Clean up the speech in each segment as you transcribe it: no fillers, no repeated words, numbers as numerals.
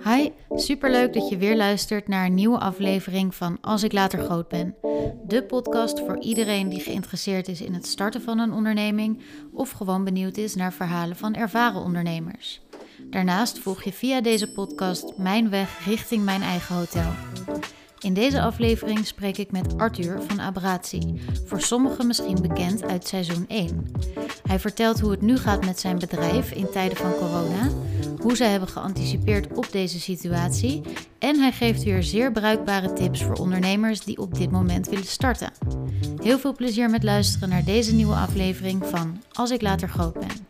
Hi, superleuk dat je weer luistert naar een nieuwe aflevering van Als ik later groot ben. De podcast voor iedereen die geïnteresseerd is in het starten van een onderneming of gewoon benieuwd is naar verhalen van ervaren ondernemers. Daarnaast volg je via deze podcast mijn weg richting mijn eigen hotel. In deze aflevering spreek ik met Arthur van Abratie, voor sommigen misschien bekend uit seizoen 1. Hij vertelt hoe het nu gaat met zijn bedrijf in tijden van corona, hoe zij hebben geanticipeerd op deze situatie en hij geeft weer zeer bruikbare tips voor ondernemers die op dit moment willen starten. Heel veel plezier met luisteren naar deze nieuwe aflevering van Als ik later groot ben.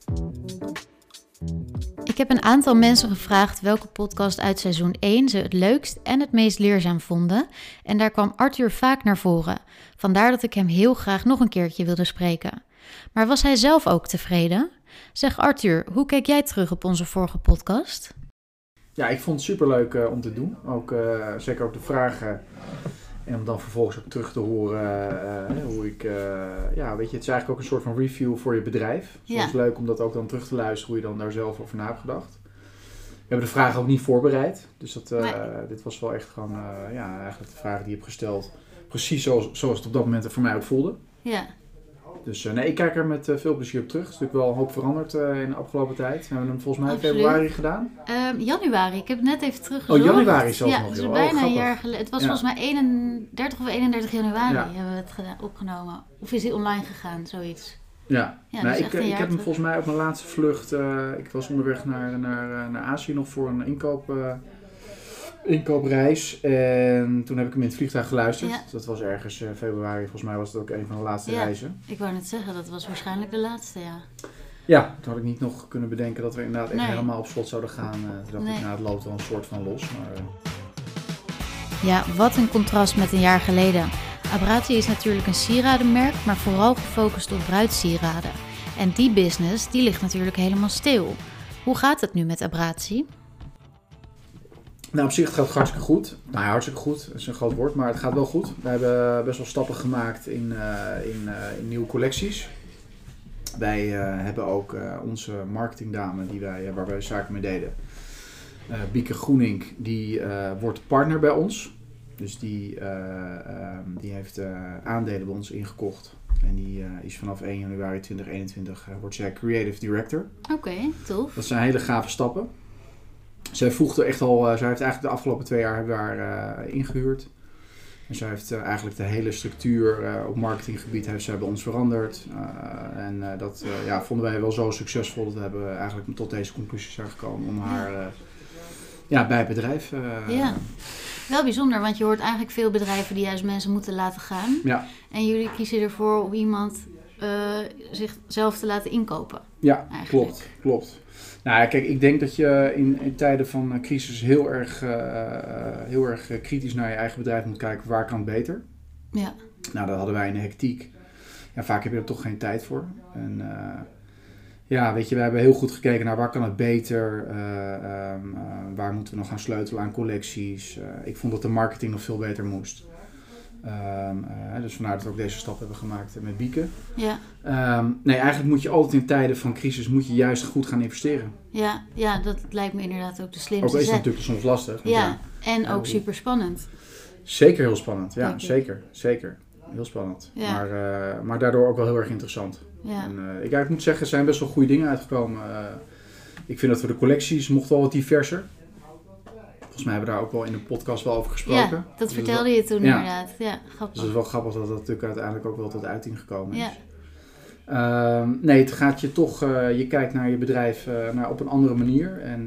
Ik heb een aantal mensen gevraagd welke podcast uit seizoen 1 ze het leukst en het meest leerzaam vonden. En daar kwam Arthur vaak naar voren. Vandaar dat ik hem heel graag nog een keertje wilde spreken. Maar was hij zelf ook tevreden? Zeg Arthur, hoe keek jij terug op onze vorige podcast? Ja, ik vond het superleuk om te doen. Zeker ook de vragen. En om dan vervolgens ook terug te horen hoe ik... weet je, het is eigenlijk ook een soort van review voor je bedrijf. Dus het is leuk om dat ook dan terug te luisteren, hoe je dan daar zelf over na hebt gedacht. We hebben de vragen ook niet voorbereid. Dus dit was wel echt gewoon eigenlijk de vragen die je hebt gesteld. Precies zoals het op dat moment er voor mij ook voelde. Ja. Dus ik kijk er met veel plezier op terug. Het is natuurlijk wel een hoop veranderd in de afgelopen tijd. We hebben hem volgens mij in februari gedaan. Januari, ik heb het net even teruggezocht. Oh, januari zelfs nog. Ja, dus bijna een jaar geleden. Het was volgens mij 31 of 31 januari hebben we het opgenomen. Of is hij online gegaan, zoiets. Ja, dus ik heb hem volgens mij op mijn laatste vlucht. Ik was onderweg naar Azië nog voor een inkoopreis. En toen heb ik hem in het vliegtuig geluisterd. Ja. Dat was ergens februari. Volgens mij was het ook een van de laatste reizen. Ik wou net zeggen, dat was waarschijnlijk de laatste, ja. Ja, toen had ik niet nog kunnen bedenken dat we inderdaad echt helemaal op slot zouden gaan. Toen dacht ik, het loopt wel een soort van los. Maar, Ja, wat een contrast met een jaar geleden. Abratie is natuurlijk een sieradenmerk, maar vooral gefocust op bruidssieraden. En die business, die ligt natuurlijk helemaal stil. Hoe gaat het nu met Abratie? Nou, op zich gaat het hartstikke goed. Nou ja, hartstikke goed, dat is een groot woord, maar het gaat wel goed. We hebben best wel stappen gemaakt in nieuwe collecties. Wij hebben ook onze marketingdame waar wij zaken mee deden. Bieke Groenink, die wordt partner bij ons. Dus die heeft aandelen bij ons ingekocht. En die is vanaf 1 januari 2021 wordt zij Creative Director. Oké, tof. Dat zijn hele gave stappen. Zij heeft eigenlijk de afgelopen 2 jaar hebben we haar ingehuurd. En zij heeft eigenlijk de hele structuur op marketinggebied heeft zij bij ons veranderd. Dat vonden wij wel zo succesvol dat we hebben eigenlijk tot deze conclusie zijn gekomen om haar bij het bedrijf. Wel bijzonder, want je hoort eigenlijk veel bedrijven die juist mensen moeten laten gaan. Ja. En jullie kiezen ervoor om iemand zichzelf te laten inkopen. Ja, eigenlijk. Klopt. Nou ja, kijk, ik denk dat je in tijden van crisis heel erg kritisch naar je eigen bedrijf moet kijken. Waar kan het beter? Ja. Nou, dat hadden wij in de hectiek. Ja, vaak heb je er toch geen tijd voor. En weet je, we hebben heel goed gekeken naar waar kan het beter. Waar moeten we nog gaan sleutelen aan collecties. Ik vond dat de marketing nog veel beter moest. Dus vandaar dat we ook deze stap hebben gemaakt met Bieke. Ja. Eigenlijk moet je altijd in tijden van crisis juist goed gaan investeren. Ja, dat lijkt me inderdaad ook de slimste zet. Ook is het natuurlijk soms lastig. En ook super spannend. Zeker heel spannend, ja, zeker. Heel spannend. Ja. Maar daardoor ook wel heel erg interessant. Ja. En, ik moet zeggen, er zijn best wel goede dingen uitgekomen. Ik vind dat we de collecties mochten wel wat diverser. Volgens mij hebben we daar ook wel in de podcast wel over gesproken. Ja, dat vertelde je toen inderdaad. Ja, grappig. Dus het is wel grappig dat dat natuurlijk uiteindelijk ook wel tot uiting gekomen is. Ja. Het gaat je toch... je kijkt naar je bedrijf op een andere manier. En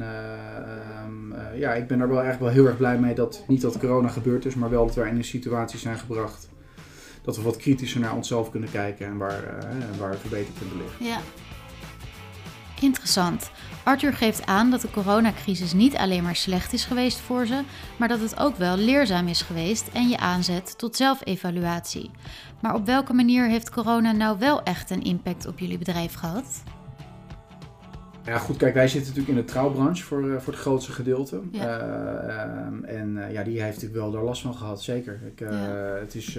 ik ben er wel echt wel heel erg blij mee dat niet dat corona gebeurd is, maar wel dat we in een situatie zijn gebracht dat we wat kritischer naar onszelf kunnen kijken en waar het verbeterpunten liggen. Ja. Interessant. Arthur geeft aan dat de coronacrisis niet alleen maar slecht is geweest voor ze, maar dat het ook wel leerzaam is geweest en je aanzet tot zelfevaluatie. Maar op welke manier heeft corona nou wel echt een impact op jullie bedrijf gehad? Ja goed, kijk, wij zitten natuurlijk in de trouwbranche voor het grootste gedeelte. Ja. Die heeft natuurlijk wel daar last van gehad, zeker. Het is,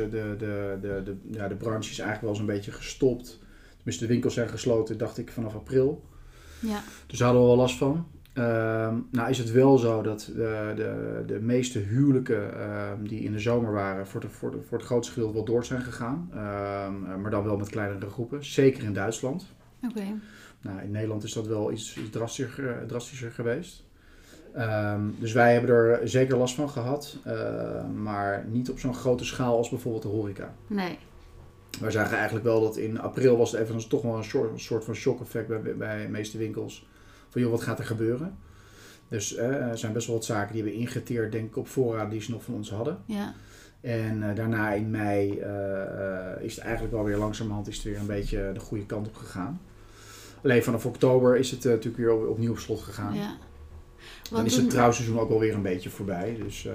de branche is eigenlijk wel eens een beetje gestopt. Tenminste, de winkels zijn gesloten, dacht ik, vanaf april. Ja. Dus daar hadden we wel last van. Nou is het wel zo dat de meeste huwelijken die in de zomer waren voor het grootste gedeelte wel door zijn gegaan. Maar dan wel met kleinere groepen. Zeker in Duitsland. Oké. Nou, in Nederland is dat wel iets drastischer geweest. Dus wij hebben er zeker last van gehad. Maar niet op zo'n grote schaal als bijvoorbeeld de horeca. Nee. Wij zagen eigenlijk wel dat in april was het even toch wel een soort van shock effect bij de meeste winkels. Van joh, wat gaat er gebeuren? Dus er zijn best wel wat zaken die hebben ingeteerd, denk ik, op voorraad die ze nog van ons hadden. Ja. En daarna in mei is het eigenlijk wel weer langzamerhand weer een beetje de goede kant op gegaan. Alleen vanaf oktober is het natuurlijk weer opnieuw op slot gegaan. Ja. Dan is het trouwseizoen ook alweer een beetje voorbij. Dus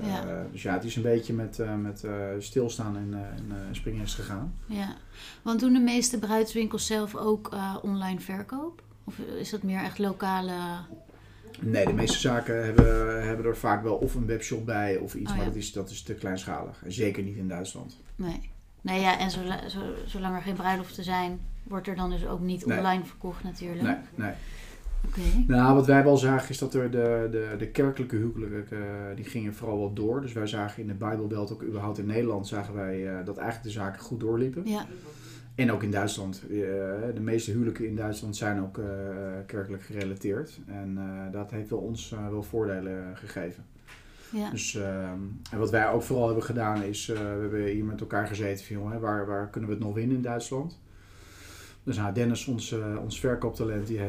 het is een beetje met stilstaan en springers gegaan. Ja, want doen de meeste bruidswinkels zelf ook online verkoop? Of is dat meer echt lokale... Nee, de meeste zaken hebben er vaak wel of een webshop bij of iets, maar dat is te kleinschalig. En zeker niet in Duitsland. Nee, ja, en zolang er geen bruiloften zijn, wordt er dan dus ook niet online verkocht natuurlijk. Nee. Okay. Nou, wat wij wel zagen is dat er de kerkelijke huwelijken, die gingen vooral wel door. Dus wij zagen in de Bijbelbelt, ook überhaupt in Nederland, zagen wij dat eigenlijk de zaken goed doorliepen. Ja. En ook in Duitsland. De meeste huwelijken in Duitsland zijn ook kerkelijk gerelateerd. En dat heeft wel ons wel voordelen gegeven. Ja. Dus, en wat wij ook vooral hebben gedaan is, we hebben hier met elkaar gezeten van, joh, waar kunnen we het nog winnen in Duitsland? Dus Dennis, ons verkooptalent, die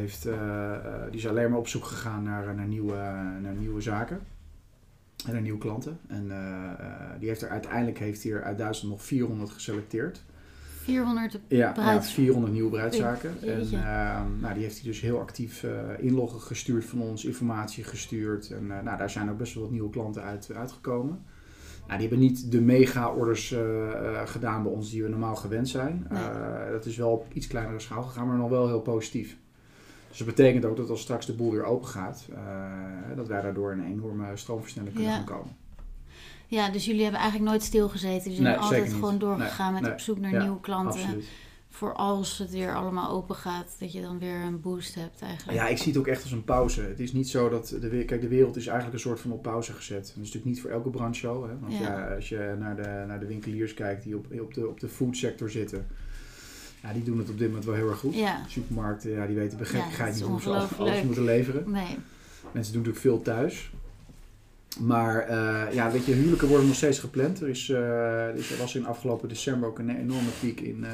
is alleen maar op zoek gegaan naar nieuwe zaken. En naar nieuwe klanten. En uiteindelijk heeft hij uit Duitsland nog 400 geselecteerd. 400 400 nieuwe bruidszaken. En die heeft hij dus heel actief inloggen gestuurd van ons, informatie gestuurd. En daar zijn ook best wel wat nieuwe klanten uitgekomen. Nou, die hebben niet de mega-orders gedaan bij ons die we normaal gewend zijn. Nee. Dat is wel op iets kleinere schaal gegaan, maar nog wel heel positief. Dus dat betekent ook dat als straks de boel weer open gaat, dat wij daardoor een enorme stroomversnelling kunnen gaan komen. Ja, dus jullie hebben eigenlijk nooit stilgezeten. Dus jullie zijn altijd gewoon doorgegaan met op zoek naar nieuwe klanten. Absoluut. Voor als het weer allemaal open gaat, dat je dan weer een boost hebt eigenlijk. Ja, ik zie het ook echt als een pauze. Het is niet zo dat de wereld is eigenlijk een soort van op pauze gezet. Dat is natuurlijk niet voor elke branche zo. Hè? Want als je naar de winkeliers kijkt die op de foodsector zitten. Ja, die doen het op dit moment wel heel erg goed. Ja. Supermarkten, die weten gekkigheid niet hoe ze alles moeten leveren. Nee. Mensen doen natuurlijk veel thuis. Maar weet je, huwelijken worden nog steeds gepland. Er was in afgelopen december ook een enorme piek in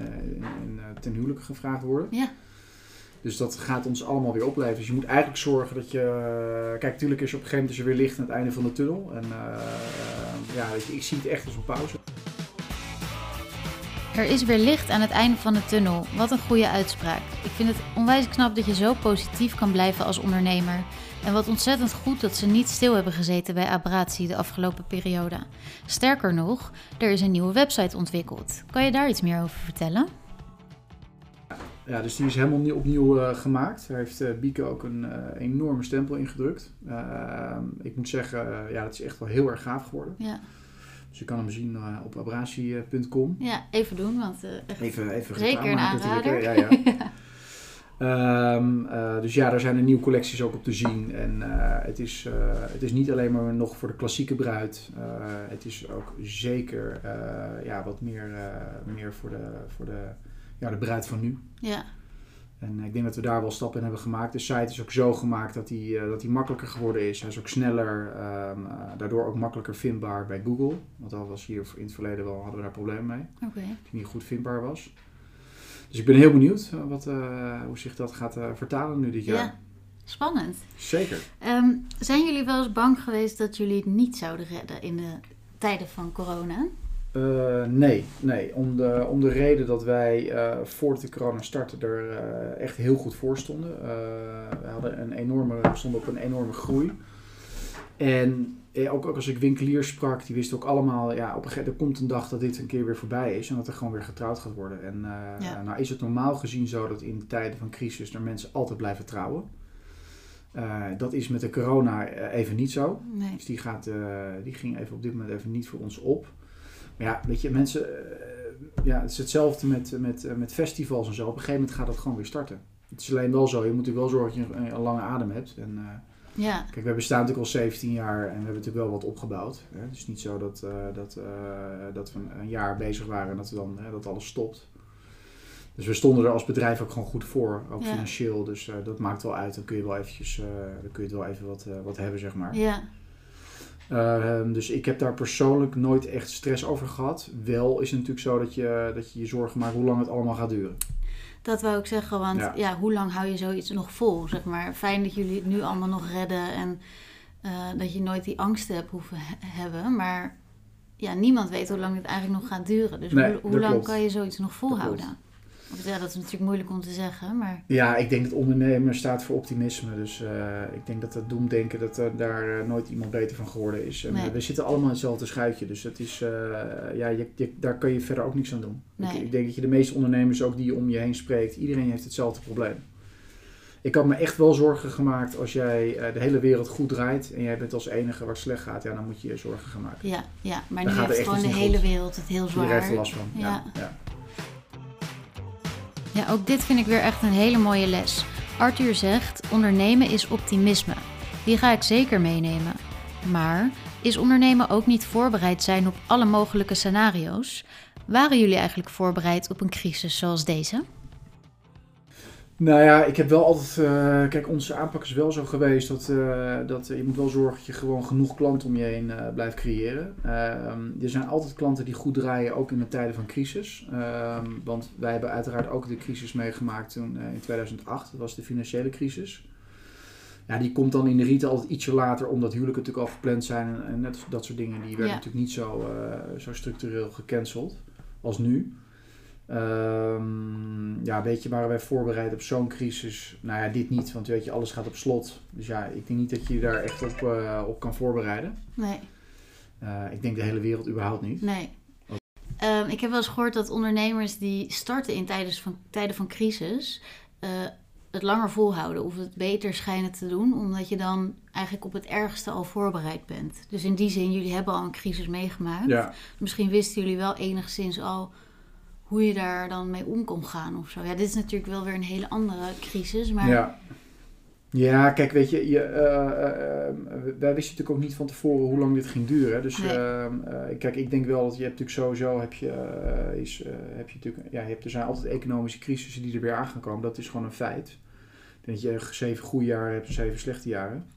ten huwelijke gevraagd worden. Ja. Dus dat gaat ons allemaal weer opleveren. Dus je moet eigenlijk zorgen dat je... kijk, natuurlijk is op een gegeven moment weer licht aan het einde van de tunnel. En weet je, ik zie het echt als een pauze. Er is weer licht aan het einde van de tunnel. Wat een goede uitspraak. Ik vind het onwijs knap dat je zo positief kan blijven als ondernemer. En wat ontzettend goed dat ze niet stil hebben gezeten bij Abratie de afgelopen periode. Sterker nog, er is een nieuwe website ontwikkeld. Kan je daar iets meer over vertellen? Ja, dus die is helemaal opnieuw gemaakt. Daar heeft Bieke ook een enorme stempel ingedrukt. Ik moet zeggen, dat is echt wel heel erg gaaf geworden. Ja. Dus je kan hem zien op abratie.com. Ja, even doen, want even zeker een aanrader. Ja. Dus daar zijn er nieuwe collecties ook op te zien. En het is niet alleen maar nog voor de klassieke bruid. Het is ook zeker wat meer voor de bruid van nu. Ja. En ik denk dat we daar wel stappen in hebben gemaakt. De site is ook zo gemaakt dat die makkelijker geworden is. Hij is ook sneller, daardoor ook makkelijker vindbaar bij Google. Want dat was hier in het verleden wel, hadden we daar problemen mee. Okay. Dat hij niet goed vindbaar was. Dus ik ben heel benieuwd hoe zich dat gaat vertalen nu dit jaar. Ja, spannend. Zeker. Zijn jullie wel eens bang geweest dat jullie het niet zouden redden in de tijden van corona? Nee. Om de reden dat wij voordat de corona startte er echt heel goed voor stonden. We stonden op een enorme groei. En ook als ik winkeliers sprak, die wisten ook allemaal, op een gegeven moment, er komt een dag dat dit een keer weer voorbij is en dat er gewoon weer getrouwd gaat worden. En nou is het normaal gezien zo dat in tijden van crisis er mensen altijd blijven trouwen. Dat is met de corona even niet zo. Nee. Dus die ging even op dit moment even niet voor ons op. Maar ja, weet je, mensen, het is hetzelfde met festivals en zo. Op een gegeven moment gaat het gewoon weer starten. Het is alleen wel zo, je moet natuurlijk wel zorgen dat je een lange adem hebt. En, kijk, we bestaan natuurlijk al 17 jaar en we hebben natuurlijk wel wat opgebouwd. Hè? Het is niet zo dat we een jaar bezig waren en dat we dan dat alles stopt. Dus we stonden er als bedrijf ook gewoon goed voor, ook financieel. Dus dat maakt wel uit. Dan kun je wel eventjes, dan kun je het wel even wat hebben, zeg maar. Ja. Dus ik heb daar persoonlijk nooit echt stress over gehad. Wel is het natuurlijk zo dat je zorgen maakt hoe lang het allemaal gaat duren. Dat wou ik zeggen, want hoe lang hou je zoiets nog vol, zeg maar. Fijn dat jullie het nu allemaal nog redden en dat je nooit die angst hebt hoeven hebben. Maar niemand weet hoe lang het eigenlijk nog gaat duren. Dus hoe lang kan je zoiets nog volhouden? Dat is natuurlijk moeilijk om te zeggen, maar... Ja, ik denk dat ondernemer staat voor optimisme. Dus ik denk dat het doemdenken, dat daar nooit iemand beter van geworden is. En, we zitten allemaal in hetzelfde schuitje. Dus dat is, daar kan je verder ook niks aan doen. Nee. Ik denk dat je de meeste ondernemers ook die je om je heen spreekt, iedereen heeft hetzelfde probleem. Ik had me echt wel zorgen gemaakt als jij de hele wereld goed draait en jij bent als enige waar het slecht gaat, dan moet je je zorgen gaan maken. Ja, maar nu heeft gewoon de hele wereld het heel zwaar. Iedereen heeft er last van. Ja, ook dit vind ik weer echt een hele mooie les. Arthur zegt, ondernemen is optimisme. Die ga ik zeker meenemen. Maar is ondernemen ook niet voorbereid zijn op alle mogelijke scenario's? Waren jullie eigenlijk voorbereid op een crisis zoals deze? Nou ja, ik heb wel altijd... kijk, onze aanpak is wel zo geweest dat je moet wel zorgen dat je gewoon genoeg klanten om je heen blijft creëren. Er zijn altijd klanten die goed draaien, ook in de tijden van crisis. Want wij hebben uiteraard ook de crisis meegemaakt toen in 2008. Dat was de financiële crisis. Ja, die komt dan in de retail altijd ietsje later, omdat huwelijken natuurlijk al gepland zijn. En net dat soort dingen, die werden natuurlijk niet zo structureel gecanceld als nu. Weet je, waren wij voorbereid op zo'n crisis? Nou ja, dit niet, want weet je, alles gaat op slot. Dus ja, ik denk niet dat je je daar echt op kan voorbereiden. Nee. Ik denk de hele wereld überhaupt niet. Nee. Ik heb wel eens gehoord dat ondernemers die starten in tijden van crisis het langer volhouden of het beter schijnen te doen, omdat je dan eigenlijk op het ergste al voorbereid bent. Dus in die zin, jullie hebben al een crisis meegemaakt. Ja. Misschien wisten jullie wel enigszins al hoe je daar dan mee om kon gaan of zo. Ja, dit is natuurlijk wel weer een hele andere crisis, maar... Ja, kijk, weet je, wij wisten natuurlijk ook niet van tevoren hoe lang dit ging duren. Dus kijk, ik denk wel dat je hebt natuurlijk sowieso, er zijn altijd economische crisissen die er weer aan gaan komen. Dat is gewoon een feit. Ik denk dat je 7 goede jaren hebt en 7 slechte jaren.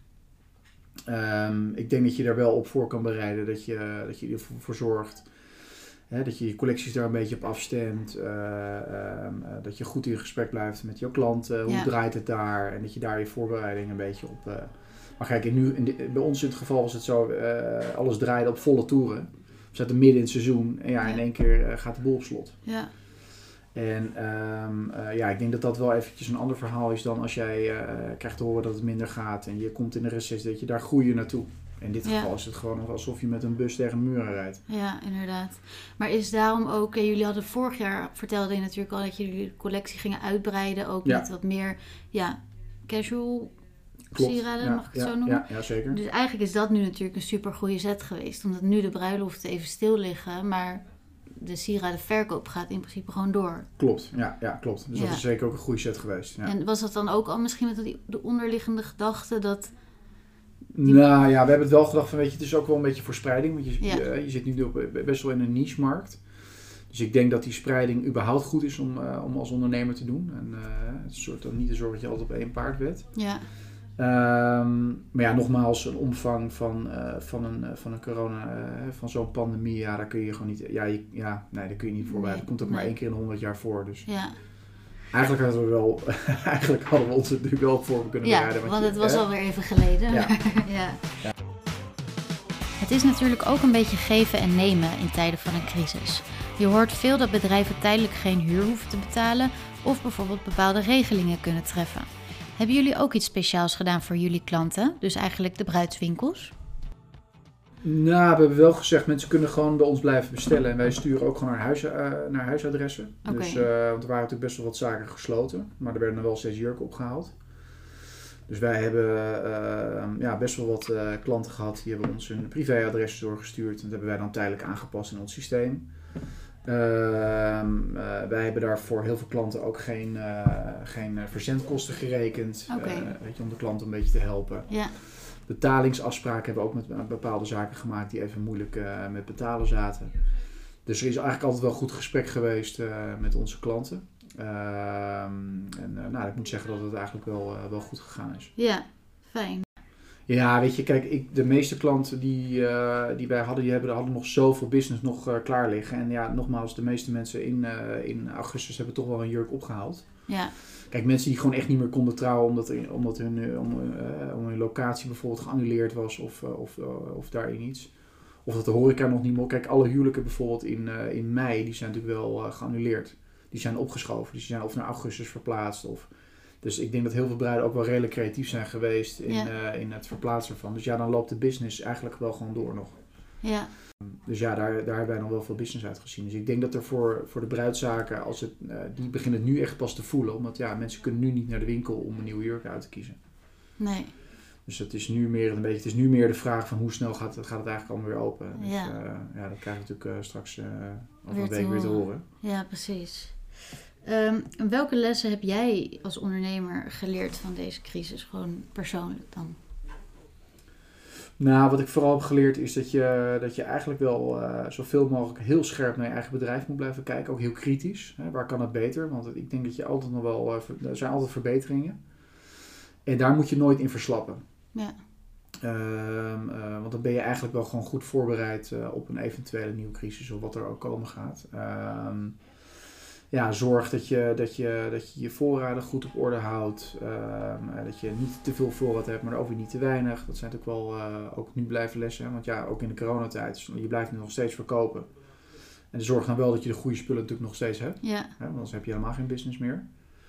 Ik denk dat je daar wel op voor kan bereiden, dat je ervoor zorgt. Dat je je collecties daar een beetje op afstemt. Dat je goed in gesprek blijft met je klanten. Hoe draait het daar? En dat je daar je voorbereiding een beetje op... Maar kijk, bij ons in het geval was het zo... alles draaide op volle toeren. We zaten midden in het seizoen. En in één keer gaat de boel op slot. Ja. En ik denk dat dat wel eventjes een ander verhaal is dan als jij krijgt te horen dat het minder gaat. En je komt in een recessie, dat je daar groei je naartoe. In dit geval is het gewoon alsof je met een bus tegen een muur rijdt. Ja, inderdaad. Maar is daarom ook... jullie hadden vorig jaar, vertelde je natuurlijk al, dat jullie de collectie gingen uitbreiden. Ook met wat meer casual sieraden, mag ik het zo noemen? Ja, zeker. Dus eigenlijk is dat nu natuurlijk een super goede zet geweest. Omdat nu de bruiloften even stil liggen, maar de sieradenverkoop gaat in principe gewoon door. Klopt, ja klopt. Dus dat is zeker ook een goede zet geweest. Ja. En was dat dan ook al misschien met de onderliggende gedachte dat... Nou ja, we hebben het wel gedacht van, weet je, het is ook wel een beetje voor spreiding. Want je zit nu best wel in een niche-markt. Dus ik denk dat die spreiding überhaupt goed is om als ondernemer te doen. En het soort dan niet te zorgen dat je altijd op één paard bent. Ja. Maar ja, nogmaals, een omvang van een corona, van zo'n pandemie, daar kun je gewoon niet... daar kun je niet voorbereiden. Dat komt ook maar 1 keer in 100 jaar voor. Dus. Ja. Eigenlijk hadden we ons natuurlijk wel voor kunnen bereiden. Want het was alweer even geleden. Ja. Ja. Het is natuurlijk ook een beetje geven en nemen in tijden van een crisis. Je hoort veel dat bedrijven tijdelijk geen huur hoeven te betalen of bijvoorbeeld bepaalde regelingen kunnen treffen. Hebben jullie ook iets speciaals gedaan voor jullie klanten? Dus eigenlijk de bruidswinkels? Nou, we hebben wel gezegd, mensen kunnen gewoon bij ons blijven bestellen. En wij sturen ook gewoon naar huisadressen. Okay. Dus, want er waren natuurlijk best wel wat zaken gesloten. Maar er werden er wel steeds jurken opgehaald. Dus wij hebben best wel wat klanten gehad. Die hebben ons hun privéadres doorgestuurd. En dat hebben wij dan tijdelijk aangepast in ons systeem. Wij hebben daar voor heel veel klanten ook geen verzendkosten gerekend. Om de klant een beetje te helpen. Ja. Betalingsafspraken hebben we ook met bepaalde zaken gemaakt die even moeilijk met betalen zaten. Dus er is eigenlijk altijd wel goed gesprek geweest met onze klanten. Ik moet zeggen dat het eigenlijk wel goed gegaan is. Ja, fijn. Ja, weet je, kijk, de meeste klanten die wij hadden, die hadden nog zoveel business nog klaar liggen. En ja, nogmaals, de meeste mensen in augustus hebben toch wel een jurk opgehaald. Ja. Kijk, mensen die gewoon echt niet meer konden trouwen omdat hun locatie bijvoorbeeld geannuleerd was of daarin iets. Of dat de horeca nog niet meer... Kijk, alle huwelijken bijvoorbeeld in mei, die zijn natuurlijk wel geannuleerd. Die zijn opgeschoven, dus die zijn of naar augustus verplaatst of... Dus ik denk dat heel veel bruiden ook wel redelijk creatief zijn geweest in het verplaatsen ervan. Dus ja, dan loopt de business eigenlijk wel gewoon door nog. Ja. Dus ja, daar hebben wij nog wel veel business uit gezien. Dus ik denk dat er voor de bruidszaken, die beginnen het nu echt pas te voelen. Omdat ja, mensen kunnen nu niet naar de winkel om een nieuwe jurk uit te kiezen. Nee. Dus het is nu meer de vraag van hoe snel gaat het eigenlijk allemaal weer open. Dus dat krijg je natuurlijk straks over een week weer te horen. Ja, precies. Welke lessen heb jij als ondernemer geleerd van deze crisis, gewoon persoonlijk dan? Nou, wat ik vooral heb geleerd is dat je eigenlijk wel zoveel mogelijk heel scherp naar je eigen bedrijf moet blijven kijken. Ook heel kritisch. Hè? Waar kan het beter? Want ik denk dat je altijd nog wel... er zijn altijd verbeteringen. En daar moet je nooit in verslappen. Ja. Want dan ben je eigenlijk wel gewoon goed voorbereid op een eventuele nieuwe crisis of wat er ook komen gaat. Zorg dat je je voorraden goed op orde houdt. Dat je niet te veel voorraad hebt, maar ook weer niet te weinig. Dat zijn natuurlijk wel ook nu blijven lessen. Hè? Want ja, ook in de coronatijd, je blijft nu nog steeds verkopen. En zorg dan wel dat je de goede spullen natuurlijk nog steeds hebt. Ja. Hè? Want anders heb je helemaal geen business meer.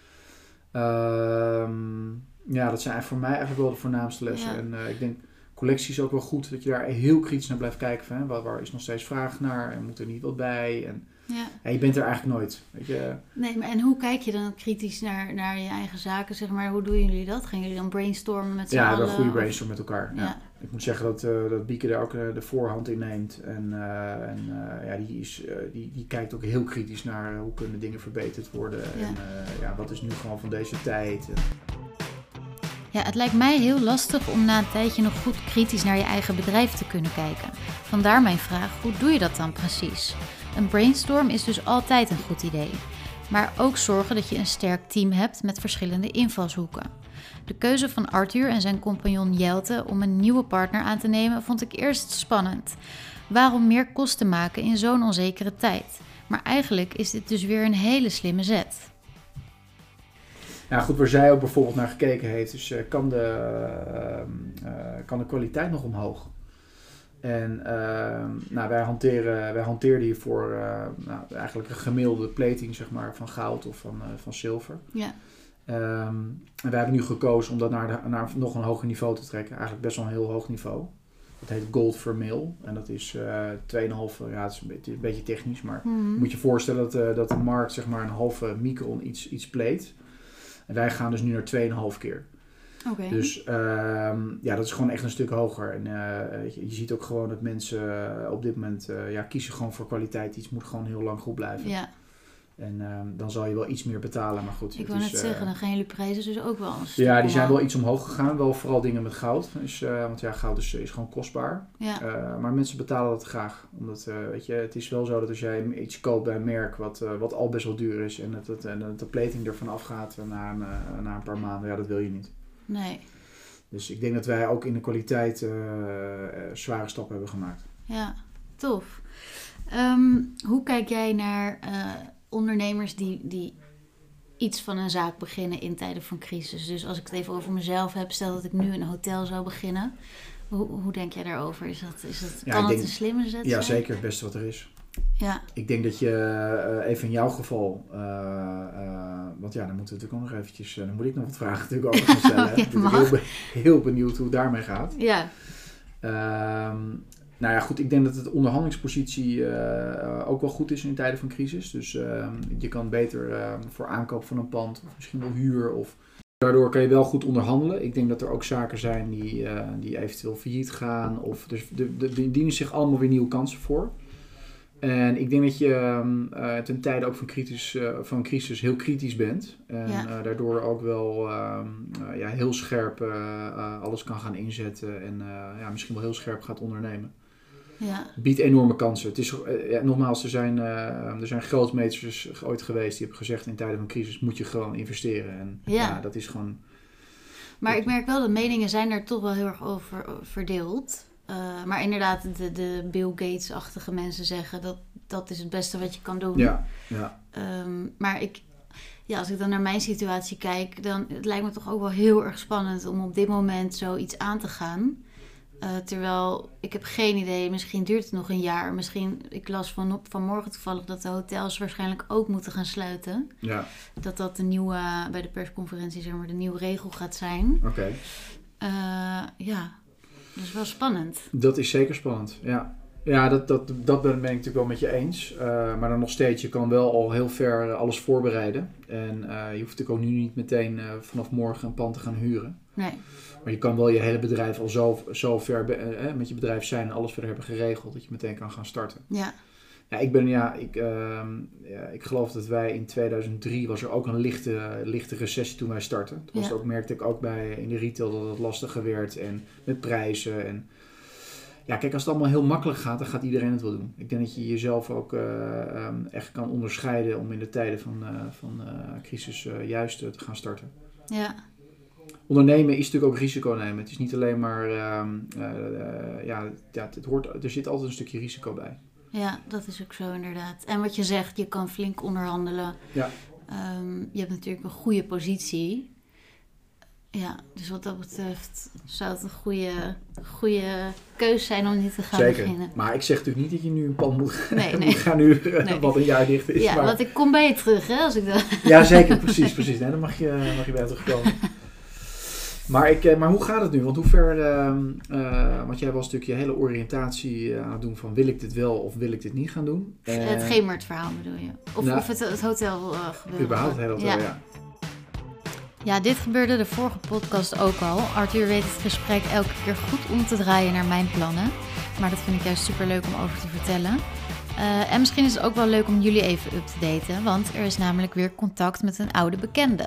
Dat zijn voor mij eigenlijk wel de voornaamste lessen. Ja. En ik denk, collectie is ook wel goed. Dat je daar heel kritisch naar blijft kijken. Van, waar is nog steeds vraag naar? En moet er niet wat bij? En je bent er eigenlijk nooit. Weet je. Nee, maar en hoe kijk je dan kritisch naar je eigen zaken? Zeg maar, hoe doen jullie dat? Gaan jullie dan brainstormen met z'n allen? Ja, wel een goede brainstorm met elkaar. Ja. Ik moet zeggen dat Bieke daar ook de voorhand in neemt. Die kijkt ook heel kritisch naar hoe kunnen dingen verbeterd worden. Ja. En wat is nu gewoon van deze tijd. Ja, het lijkt mij heel lastig om na een tijdje nog goed kritisch naar je eigen bedrijf te kunnen kijken. Vandaar mijn vraag, hoe doe je dat dan precies? Een brainstorm is dus altijd een goed idee. Maar ook zorgen dat je een sterk team hebt met verschillende invalshoeken. De keuze van Arthur en zijn compagnon Jelte om een nieuwe partner aan te nemen vond ik eerst spannend. Waarom meer kosten maken in zo'n onzekere tijd? Maar eigenlijk is dit dus weer een hele slimme zet. Nou goed, waar zij ook bijvoorbeeld naar gekeken heeft, dus kan de kwaliteit nog omhoog? En wij hanteerden hiervoor eigenlijk een gemiddelde plating, zeg maar, van goud of van zilver. Ja. En wij hebben nu gekozen om dat naar nog een hoger niveau te trekken. Eigenlijk best wel een heel hoog niveau. Dat heet Gold Vermeil. En dat is 2,5, het is een beetje technisch, maar je moet je voorstellen dat de markt zeg maar een halve micron iets pleet. En wij gaan dus nu naar 2,5 keer. Okay. Dus dat is gewoon echt een stuk hoger. En je ziet ook gewoon dat mensen op dit moment kiezen gewoon voor kwaliteit. Iets moet gewoon heel lang goed blijven. Ja. En dan zal je wel iets meer betalen, maar goed. Ik wou net zeggen, dan gaan jullie prijzen dus ook wel een stuk omhoog. Die zijn wel iets omhoog gegaan. Wel vooral dingen met goud. Dus, want goud is gewoon kostbaar. Ja. Maar mensen betalen dat graag. Omdat, het is wel zo dat als jij iets koopt bij een merk wat al best wel duur is. En dat de plating ervan afgaat na een paar maanden. Ja, dat wil je niet. Nee. Dus ik denk dat wij ook in de kwaliteit zware stappen hebben gemaakt. Ja, tof. Hoe kijk jij naar ondernemers die iets van een zaak beginnen in tijden van crisis? Dus als ik het even over mezelf heb, stel dat ik nu een hotel zou beginnen. Hoe denk jij daarover? Kan het een slimme zet zijn? Ja, zeker. Het beste wat er is. Ja. Ik denk dat je even in jouw geval, want dan moeten we natuurlijk ook nog eventjes, dan moet ik nog wat vragen natuurlijk over gaan stellen. Ik ben heel benieuwd hoe het daarmee gaat. Ja. Goed, ik denk dat de onderhandelingspositie ook wel goed is in tijden van crisis. Dus je kan beter voor aankoop van een pand of misschien wel huur of... Daardoor kan je wel goed onderhandelen. Ik denk dat er ook zaken zijn die eventueel failliet gaan. Dus er dienen zich allemaal weer nieuwe kansen voor. En ik denk dat je ten tijde ook van crisis heel kritisch bent. En daardoor ook wel heel scherp alles kan gaan inzetten. En misschien wel heel scherp gaat ondernemen. Ja. Biedt enorme kansen. Het is, nogmaals, er zijn grootmeesters ooit geweest die hebben gezegd in tijden van crisis moet je gewoon investeren. En dat is gewoon... Maar ik merk wel dat meningen zijn daar toch wel heel erg over verdeeld. Maar inderdaad, de Bill Gates-achtige mensen zeggen dat is het beste wat je kan doen. Ja. Maar als ik dan naar mijn situatie kijk, dan het lijkt me toch ook wel heel erg spannend om op dit moment zoiets aan te gaan. Terwijl, ik heb geen idee, misschien duurt het nog een jaar. Misschien, ik las vanmorgen toevallig dat de hotels waarschijnlijk ook moeten gaan sluiten. Ja. Dat de nieuwe, bij de persconferentie zeg maar, de nieuwe regel gaat zijn. Oké. Dat is wel spannend. Dat is zeker spannend, ja. Ja, dat ben ik natuurlijk wel met je eens. Maar dan nog steeds, je kan wel al heel ver alles voorbereiden. En je hoeft natuurlijk ook nu niet meteen vanaf morgen een pand te gaan huren. Nee. Maar je kan wel je hele bedrijf al zo ver met je bedrijf zijn en alles verder hebben geregeld dat je meteen kan gaan starten. Ja. Ja, ik geloof dat wij in 2003 was er ook een lichte recessie toen wij startten. Dat was ook, merkte ik ook in de retail dat het lastiger werd en met prijzen. En ja, kijk, als het allemaal heel makkelijk gaat, dan gaat iedereen het wel doen. Ik denk dat je jezelf ook echt kan onderscheiden om in de tijden van crisis juist te gaan starten. Ja. Ondernemen is natuurlijk ook risico nemen. Het is niet alleen maar, er zit altijd een stukje risico bij. Ja, dat is ook zo inderdaad. En wat je zegt, je kan flink onderhandelen. Ja. Je hebt natuurlijk een goede positie. Ja, dus wat dat betreft zou het een goede keus zijn om niet te gaan beginnen. Maar ik zeg natuurlijk niet dat je nu een pand moet gaan nu, wat een jaar dicht is. Ja, maar... want ik kom bij je terug, hè, als ik dat... Ja, zeker, precies. Nee, dan mag je bij terugkomen. Maar hoe gaat het nu? Want hoe ver, want jij was natuurlijk je hele oriëntatie aan het doen van wil ik dit wel of wil ik dit niet gaan doen? Het Gemert verhaal bedoel je? Of het hotel gebeuren? Überhaupt het hele hotel, ja. Ja, dit gebeurde de vorige podcast ook al. Arthur weet het gesprek elke keer goed om te draaien naar mijn plannen. Maar dat vind ik juist super leuk om over te vertellen. En misschien is het ook wel leuk om jullie even up te daten. Want er is namelijk weer contact met een oude bekende.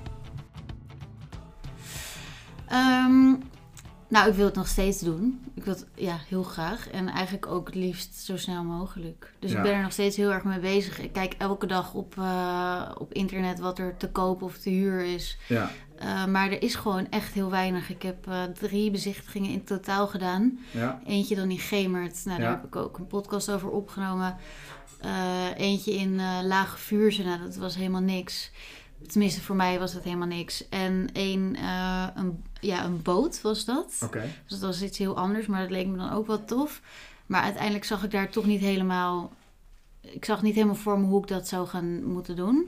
Nou, ik wil het nog steeds doen. Ik wil het heel graag. En eigenlijk ook het liefst zo snel mogelijk. Dus ik ben er nog steeds heel erg mee bezig. Ik kijk elke dag op internet wat er te koop of te huur is. Ja. Maar er is gewoon echt heel weinig. Ik heb 3 bezichtigingen in totaal gedaan. Ja. Eentje dan in Gemert. Nou, daar heb ik ook een podcast over opgenomen. Eentje in Lage Vuursche. Nou, dat was helemaal niks. Tenminste, voor mij was het helemaal niks. En een boot was dat. Okay. Dus dat was iets heel anders, maar dat leek me dan ook wel tof. Maar uiteindelijk zag ik daar toch niet helemaal... Ik zag niet helemaal voor me hoe ik dat zou gaan moeten doen.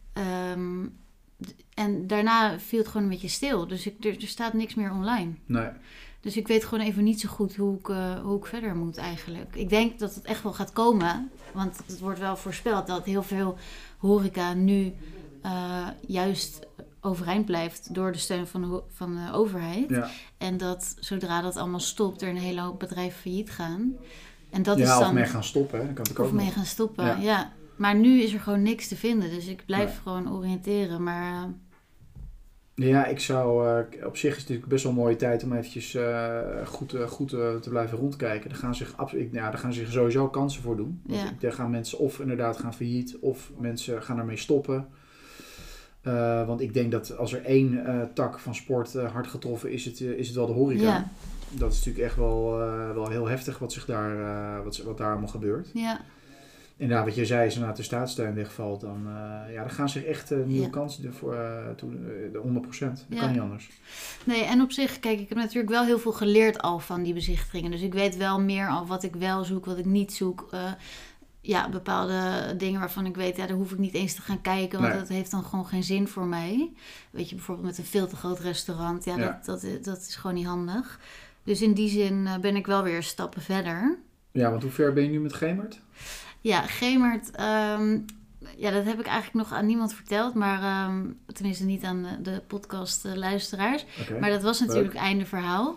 En daarna viel het gewoon een beetje stil. Dus er staat niks meer online. Nee. Dus ik weet gewoon even niet zo goed hoe ik verder moet eigenlijk. Ik denk dat het echt wel gaat komen. Want het wordt wel voorspeld dat heel veel horeca nu... juist overeind blijft door de steun van de overheid. Ja. En dat zodra dat allemaal stopt, er een hele hoop bedrijven failliet gaan. En dat is dan... of mee gaan stoppen. Hè? Dat kan of mee gaan stoppen, ja. Maar nu is er gewoon niks te vinden. Dus ik blijf gewoon oriënteren. Maar... Ja, ik zou... op zich is het natuurlijk best wel een mooie tijd om eventjes goed te blijven rondkijken. Daar gaan zich sowieso kansen voor doen. Want daar gaan mensen of inderdaad gaan failliet, of mensen gaan ermee stoppen. Want ik denk dat als er 1 tak van sport hard getroffen is het wel de horeca. Ja. Dat is natuurlijk echt wel heel heftig wat daar allemaal gebeurt. Ja. En wat je zei, als de staatssteun wegvalt, dan gaan zich echt nieuwe kansen voor 100%. Dat kan niet anders. Nee, en op zich, kijk, ik heb natuurlijk wel heel veel geleerd al van die bezichtigingen. Dus ik weet wel meer al wat ik wel zoek, wat ik niet zoek. Bepaalde dingen waarvan ik weet, daar hoef ik niet eens te gaan kijken, want dat heeft dan gewoon geen zin voor mij. Weet je, bijvoorbeeld met een veel te groot restaurant, dat is gewoon niet handig. Dus in die zin ben ik wel weer stappen verder. Ja, want hoe ver ben je nu met Gemert? Ja, Gemert, dat heb ik eigenlijk nog aan niemand verteld, maar tenminste niet aan de podcast luisteraars. Okay, maar dat was natuurlijk het einde verhaal.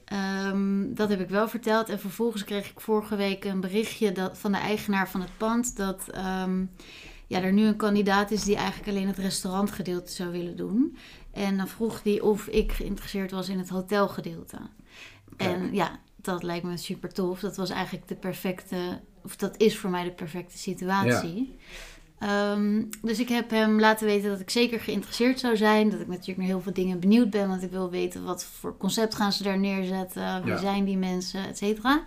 Dat heb ik wel verteld. En vervolgens kreeg ik vorige week een berichtje van de eigenaar van het pand dat er nu een kandidaat is die eigenlijk alleen het restaurantgedeelte zou willen doen. En dan vroeg hij of ik geïnteresseerd was in het hotelgedeelte. Okay. En ja, dat lijkt me super tof. Dat was eigenlijk dat is voor mij de perfecte situatie. Ja. Dus ik heb hem laten weten dat ik zeker geïnteresseerd zou zijn. Dat ik natuurlijk naar heel veel dingen benieuwd ben. Want ik wil weten wat voor concept gaan ze daar neerzetten. Wie zijn die mensen, et cetera.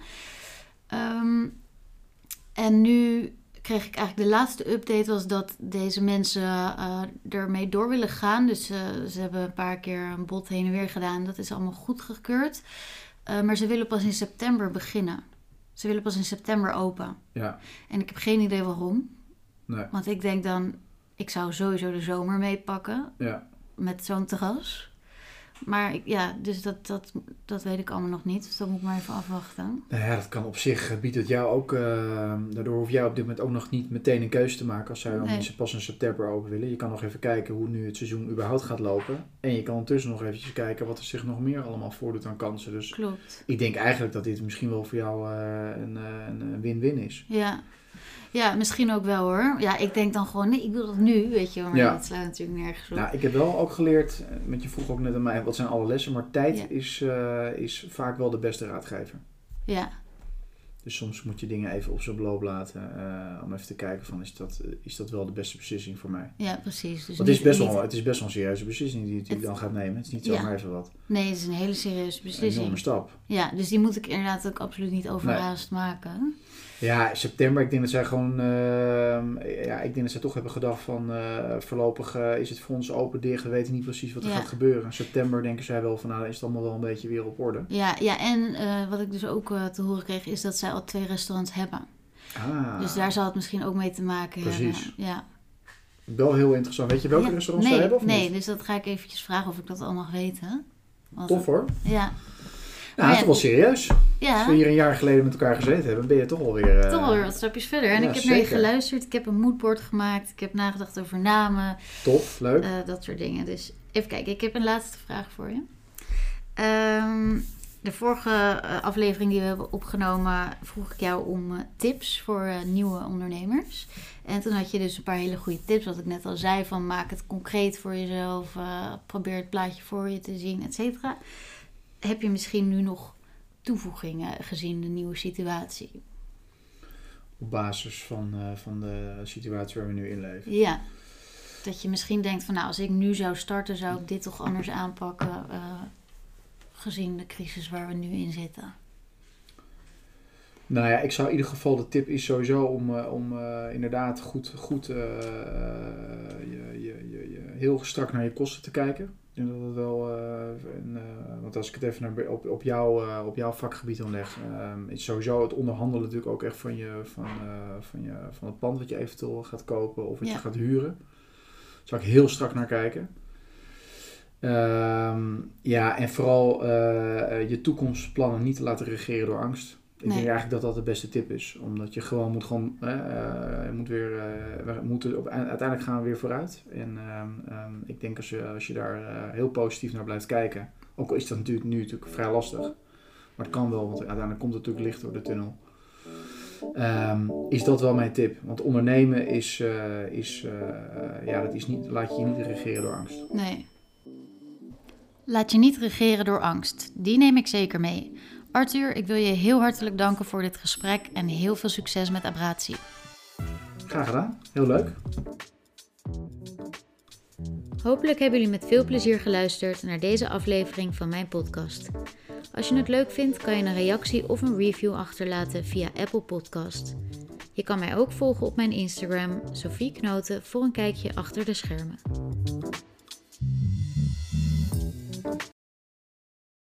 En nu kreeg ik eigenlijk de laatste update was dat deze mensen ermee door willen gaan. Dus ze hebben een paar keer een bod heen en weer gedaan. Dat is allemaal goedgekeurd. Maar ze willen pas in september beginnen. Ze willen pas in september open. Ja. En ik heb geen idee waarom. Nee. Want ik denk dan, ik zou sowieso de zomer meepakken. Ja. Met zo'n terras. Maar dus dat weet ik allemaal nog niet. Dus dat moet ik maar even afwachten. Nou ja, dat kan op zich, biedt het jou ook... daardoor hoef jij op dit moment ook nog niet meteen een keuze te maken... als zij dan pas in september open willen. Je kan nog even kijken hoe nu het seizoen überhaupt gaat lopen. En je kan ondertussen nog eventjes kijken... wat er zich nog meer allemaal voordoet aan kansen. Dus klopt. Ik denk eigenlijk dat dit misschien wel voor jou een win-win is. Ja, misschien ook wel hoor. Ja, ik denk dan gewoon, nee, ik wil dat nu, weet je wel. Maar dat sluit natuurlijk nergens op. Nou, ik heb wel ook geleerd, want je vroeg ook net aan mij, wat zijn alle lessen? Maar tijd is vaak wel de beste raadgever. Ja. Dus soms moet je dingen even op zo'n blow laten, om even te kijken van, is dat wel de beste beslissing voor mij? Ja, precies. Dus het is best wel een serieuze beslissing die je dan gaat nemen. Het is niet zomaar even wat. Nee, het is een hele serieuze beslissing. Een enorme stap. Ja, dus die moet ik inderdaad ook absoluut niet overhaast maken. Ja, september. Ik denk dat zij gewoon... ik denk dat zij toch hebben gedacht van... voorlopig is het voor ons open dicht. We weten niet precies wat er gaat gebeuren. In september denken zij wel van... is het allemaal wel een beetje weer op orde. Ja, en wat ik dus ook te horen kreeg... is dat zij al 2 restaurants hebben. Dus daar zal het misschien ook mee te maken hebben. Precies. Ja. Wel heel interessant. Weet je welke restaurants zij hebben of niet? Nee, dus dat ga ik eventjes vragen of ik dat al mag weten. Tof hoor. Ja. Nou, het is wel serieus. Ja. Als we hier een jaar geleden met elkaar gezeten hebben, ben je toch alweer... Toch alweer wat stapjes verder. En ik heb naar je geluisterd. Ik heb een moodboard gemaakt. Ik heb nagedacht over namen. Tof, leuk. Dat soort dingen. Dus even kijken. Ik heb een laatste vraag voor je. De vorige aflevering die we hebben opgenomen... vroeg ik jou om tips voor nieuwe ondernemers. En toen had je dus een paar hele goede tips. Wat ik net al zei. Van maak het concreet voor jezelf. Probeer het plaatje voor je te zien, et cetera. Heb je misschien nu nog toevoegingen gezien de nieuwe situatie? Op basis van de situatie waar we nu in leven? Ja, dat je misschien denkt van als ik nu zou starten, zou ik dit toch anders aanpakken, gezien de crisis waar we nu in zitten. Nou ja, ik zou in ieder geval, de tip is sowieso om inderdaad goed heel strak naar je kosten te kijken. Ik denk dat het wel, want als ik het even op jouw vakgebied dan leg, is sowieso het onderhandelen natuurlijk ook echt van het pand wat je eventueel gaat kopen of wat je gaat huren. Daar zou ik heel strak naar kijken. En vooral je toekomstplannen niet te laten regeren door angst. Ik denk eigenlijk dat de beste tip is. Omdat je gewoon uiteindelijk gaan we weer vooruit. En ik denk als je daar heel positief naar blijft kijken. Ook al is dat natuurlijk vrij lastig. Maar het kan wel, want uiteindelijk komt het natuurlijk licht door de tunnel. Is dat wel mijn tip. Want ondernemen laat je niet regeren door angst. Nee. Laat je niet regeren door angst. Die neem ik zeker mee. Arthur, ik wil je heel hartelijk danken voor dit gesprek en heel veel succes met Abratie. Graag gedaan, heel leuk. Hopelijk hebben jullie met veel plezier geluisterd naar deze aflevering van mijn podcast. Als je het leuk vindt, kan je een reactie of een review achterlaten via Apple Podcast. Je kan mij ook volgen op mijn Instagram, Sophie Knoten, voor een kijkje achter de schermen.